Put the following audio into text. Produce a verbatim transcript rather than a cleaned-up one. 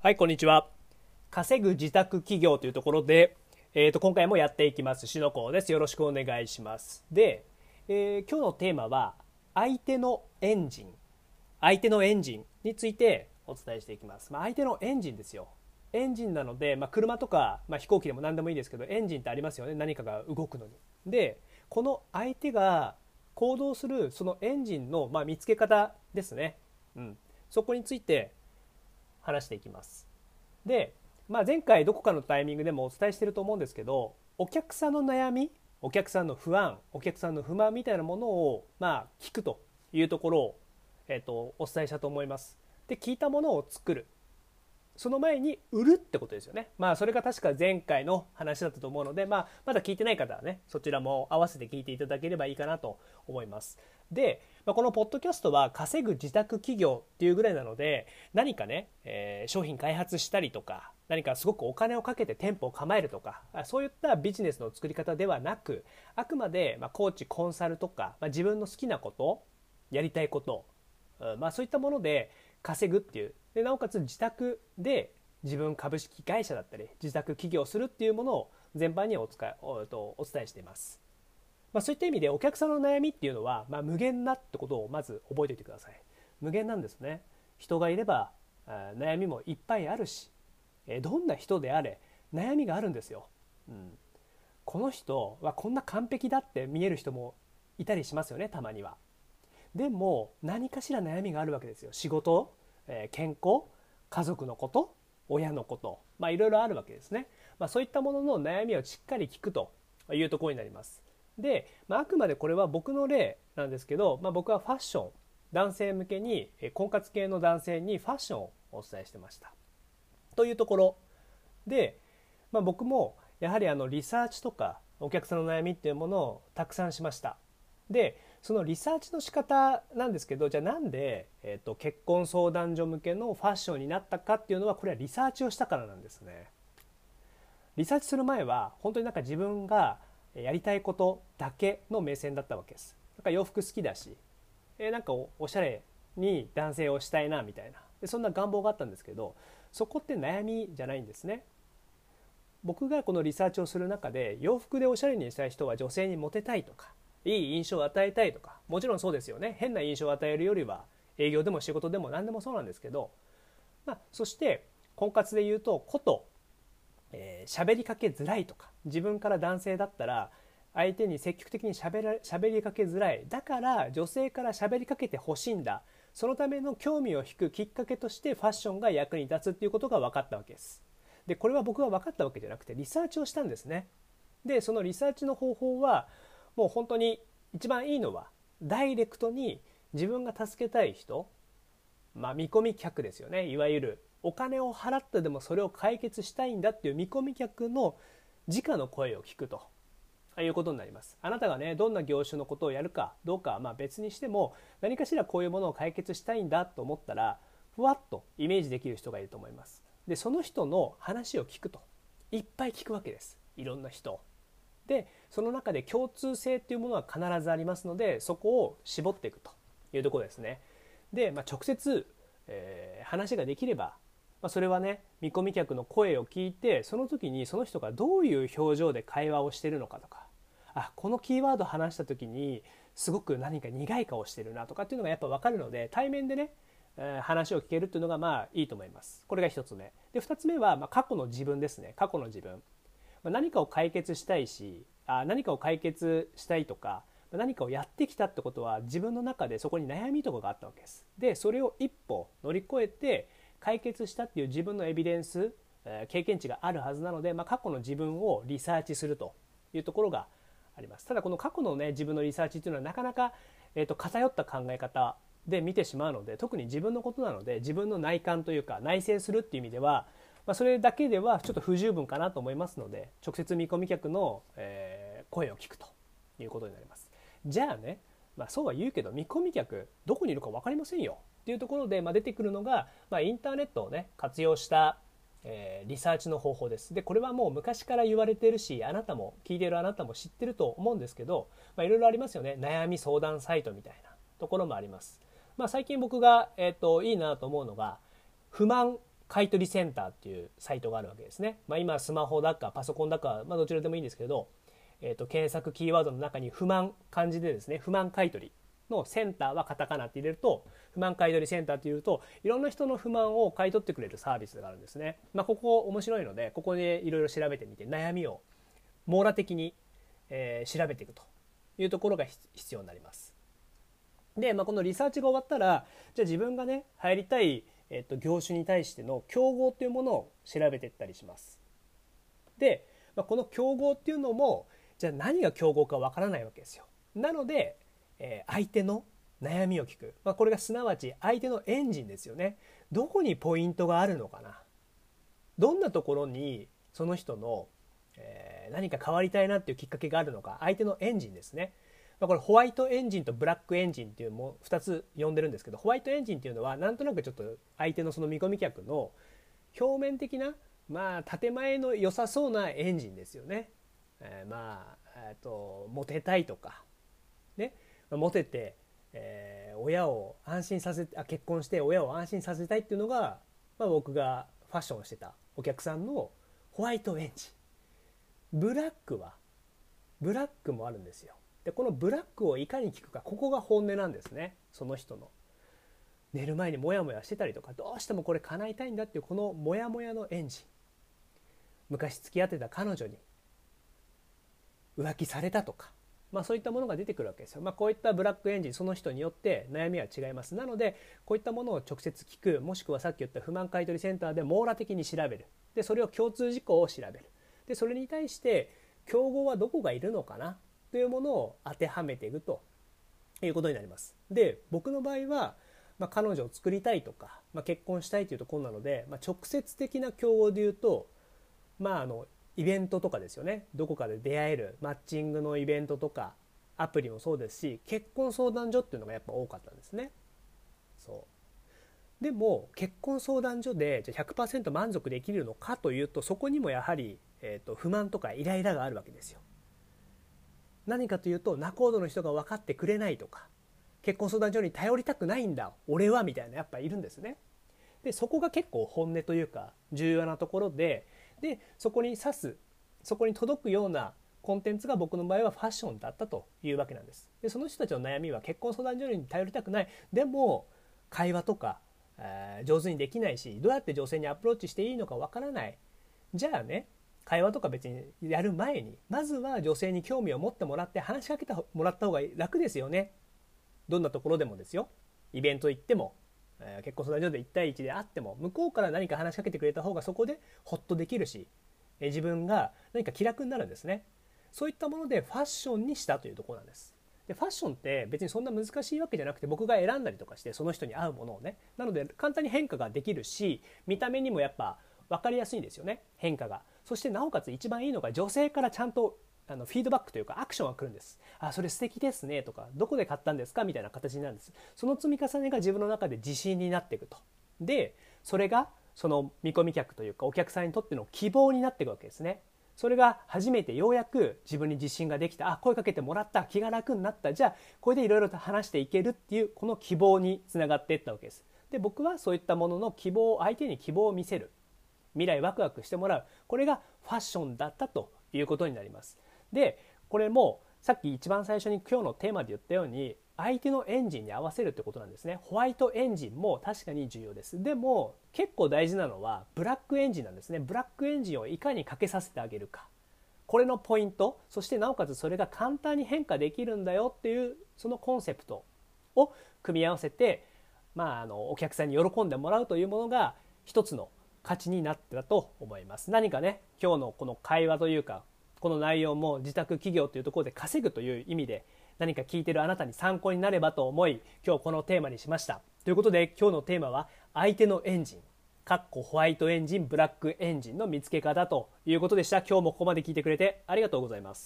はい、こんにちは。稼ぐ自宅企業というところで、えー、と今回もやっていきます。しのこです。よろしくお願いします。で、えー今日のテーマは相手のエンジン、相手のエンジンについてお伝えしていきます。まあ、相手のエンジンですよ。エンジンなので、まあ、車とか、まあ、飛行機でも何でもいいですけど、エンジンってありますよね。何かが動くのに。で、この相手が行動するそのエンジンの、まあ、見つけ方ですね。うん、そこについて話していきます。で、まあ、前回どこかのタイミングでもお伝えしていると思うんですけど、お客さんの悩み、お客さんの不安、お客さんの不満みたいなものを、まあ、聞くというところを、えー、とお伝えしたと思います。で、聞いたものを作る、その前に売るってことですよね。まあそれが確か前回の話だったと思うので、まあ、まだ聞いてない方はね、そちらも合わせて聞いていただければいいかなと思います。で、まあ、このポッドキャストは稼ぐ自宅企業っていうぐらいなので、何かね、えー商品開発したりとか、何かすごくお金をかけて店舗を構えるとか、そういったビジネスの作り方ではなく、あくまでまあコーチコンサルとか、まあ、自分の好きなこと、やりたいこと、まあ、そういったもので稼ぐっていう、でなおかつ自宅で自分株式会社だったり自宅起業するっていうものを全般にお使いおお伝えしています。まあ、そういった意味でお客さんの悩みっていうのは、まあ、無限だってことをまず覚えておいてください。無限なんですね。人がいれば悩みもいっぱいあるし、どんな人であれ悩みがあるんですよ。うん、この人はこんな完璧だって見える人もいたりしますよね、たまには。でも何かしら悩みがあるわけですよ。仕事、えー健康、家族のこと、親のこと、まあいろいろあるわけですね。まあ、そういったものの悩みをしっかり聞くというところになります。で、まあ、あくまでこれは僕の例なんですけど、まあ、僕はファッション、男性向けにえー婚活系の男性にファッションをお伝えしてましたというところで、まあ、僕もやはりあのリサーチとかお客さんの悩みっていうものをたくさんしました。で、そのリサーチの仕方なんですけど、じゃあなんで、えー、と結婚相談所向けのファッションになったかっていうのは、これはリサーチをしたからなんですね。リサーチする前は本当になんか自分がやりたいことだけの目線だったわけです。なんか洋服好きだし、えーなんか お, おしゃれに男性をしたいなみたいな、でそんな願望があったんですけど、そこって悩みじゃないんですね。僕がこのリサーチをする中で、洋服でおしゃれにしたい人は女性にモテたいとか、いい印象を与えたいとか、もちろんそうですよね。変な印象を与えるよりは営業でも仕事でも何でもそうなんですけど、まあ、そして婚活で言うとこと、えー、喋りかけづらいとか、自分から男性だったら相手に積極的に喋ら喋りかけづらい、だから女性から喋りかけてほしいんだ、そのための興味を引くきっかけとしてファッションが役に立つっていうことが分かったわけです。で、これは僕が分かったわけじゃなくてリサーチをしたんですね。で、そのリサーチの方法は、もう本当に一番いいのはダイレクトに自分が助けたい人、まあ、見込み客ですよね。いわゆるお金を払ってでもそれを解決したいんだっていう見込み客の直の声を聞くということになります。あなたがね、どんな業種のことをやるかどうかはまあ別にしても、何かしらこういうものを解決したいんだと思ったら、ふわっとイメージできる人がいると思います。で、その人の話を聞くと、いっぱい聞くわけです。いろんな人で、その中で共通性っていうものは必ずありますので、そこを絞っていくというところですね。で、まあ、直接、えー話ができれば、まあ、それはね、見込み客の声を聞いて、その時にその人がどういう表情で会話をしているのかとか、あ、このキーワード話した時にすごく何か苦い顔してるなとかっていうのがやっぱ分かるので、対面でね、えー話を聞けるっていうのがまあいいと思います。これが一つ目で、二つ目はまあ過去の自分ですね。過去の自分、まあ何かを解決したいし、あ、何かを解決したいとか、何かをやってきたってことは、自分の中でそこに悩みとかがあったわけです。で、それを一歩乗り越えて解決したっていう自分のエビデンス、えー経験値があるはずなので、まあ、過去の自分をリサーチするというところがあります。ただこの過去のね、自分のリサーチっていうのはなかなか、えーと偏った考え方で見てしまうので、特に自分のことなので、自分の内観というか内省するっていう意味では、まあ、それだけではちょっと不十分かなと思いますので、直接見込み客の、えー声を聞くということになります。じゃあね、まあ、そうは言うけど見込み客どこにいるか分かりませんよっていうところで、まあ、出てくるのが、まあ、インターネットをね活用した、えーリサーチの方法です。で、これはもう昔から言われているし、あなたも聞いているあなたも知ってると思うんですけど、まあ、いろいろありますよね。悩み相談サイトみたいなところもあります。まあ、最近僕が、えー、といいなと思うのが、不満買取センターっていうサイトがあるわけですね。まあ、今スマホだかパソコンだか、まあ、どちらでもいいんですけど、えー、と検索キーワードの中に不満、漢字でですね、不満買取のセンターはカタカナって入れると、不満買取センターっていうといろんな人の不満を買い取ってくれるサービスがあるんですね。まあ、ここ面白いので、ここでいろいろ調べてみて悩みを網羅的に、えー、調べていくというところが必要になります。で、まあ、このリサーチが終わったら、じゃあ自分がね入りたい、えー、と業種に対しての競合というものを調べていったりします。で、まあ、この競合っていうのもじゃあ何が競合かわからないわけですよ。なので、えー、相手の悩みを聞く、まあ、これがすなわち相手のエンジンですよね。どこにポイントがあるのかな、どんなところにその人の、えー、何か変わりたいなっていうきっかけがあるのか、相手のエンジンですね。まあ、これホワイトエンジンとブラックエンジンっていうもふたつ呼んでるんですけど、ホワイトエンジンっていうのはなんとなくちょっと相手のその見込み客の表面的な、まあ建前の良さそうなエンジンですよね。えー、まあ、えー、とモテたいとかね、まあ、モテて、えー、親を安心させあ結婚して親を安心させたいっていうのが、まあ、僕がファッションしてたお客さんのホワイトエンジン。ブラックはブラックもあるんですよ。でこのブラックをいかに聞くか、ここが本音なんですね。その人の寝る前にモヤモヤしてたりとか、どうしてもこれ叶いたいんだっていうこのモヤモヤのエンジン、昔付き合ってた彼女に浮気されたとか、まあ、そういったものが出てくるわけですよ。まあ、こういったブラックエンジン、その人によって悩みは違います。なのでこういったものを直接聞く、もしくはさっき言った不満買取センターで網羅的に調べる。でそれを共通事項を調べる。でそれに対して競合はどこがいるのかなというものを当てはめていくということになります。で僕の場合は、まあ、彼女を作りたいとか、まあ、結婚したいというところなので、まあ、直接的な競合でいうと、まあ、あのイベントとかですよね。どこかで出会えるマッチングのイベントとかアプリもそうですし、結婚相談所っていうのがやっぱ多かったんですね。そうでも結婚相談所でじゃあ ひゃくパーセント 満足できるのかというと、そこにもやはり、えーと、不満とかイライラがあるわけですよ。何かというと、仲人の人が分かってくれないとか、結婚相談所に頼りたくないんだ俺はみたいなやっぱいるんですね。でそこが結構本音というか重要なところで、でそこに指す、そこに届くようなコンテンツが僕の場合はファッションだったというわけなんです。でその人たちの悩みは結婚相談所に頼りたくない、でも会話とか、えー、上手にできないし、どうやって女性にアプローチしていいのかわからない。じゃあね、会話とか別にやる前にまずは女性に興味を持ってもらって話しかけてもらった方が楽ですよね。どんなところでもですよ。イベント行っても、えー、結婚相談所でいち対いちであっても、向こうから何か話しかけてくれた方がそこでホッとできるし、えー、自分が何か気楽になるんですね。そういったものでファッションにしたというところなんです。でファッションって別にそんな難しいわけじゃなくて、僕が選んだりとかしてその人に合うものをね、なので簡単に変化ができるし、見た目にもやっぱ分かりやすいんですよね、変化が。そしてなおかつ一番いいのが、女性からちゃんとあのフィードバックというかアクションが来るんです。あ、それ素敵ですねとか、どこで買ったんですかみたいな形になるんです。その積み重ねが自分の中で自信になっていくと。でそれがその見込み客というかお客さんにとっての希望になっていくわけですね。それが初めてようやく自分に自信ができた、あ、声かけてもらった、気が楽になった、じゃあこれでいろいろと話していけるっていう、この希望につながっていったわけです。で僕はそういったものの希望を、相手に希望を見せる、未来ワクワクしてもらう、これがファッションだったということになります。でこれもさっき一番最初に今日のテーマで言ったように、相手のエンジンに合わせるってことなんですね。ホワイトエンジンも確かに重要です。でも結構大事なのはブラックエンジンなんですね。ブラックエンジンをいかにかけさせてあげるか、これのポイント、そしてなおかつそれが簡単に変化できるんだよっていうそのコンセプトを組み合わせて、まあ、あのお客さんに喜んでもらうというものが一つの価値になってたと思います。何かね、今日のこの会話というかこの内容も自宅企業というところで稼ぐという意味で何か聞いてるあなたに参考になればと思い、今日このテーマにしました。ということで今日のテーマは相手のエンジン、かっこホワイトエンジン、ブラックエンジンの見つけ方ということでした。今日もここまで聞いてくれてありがとうございます。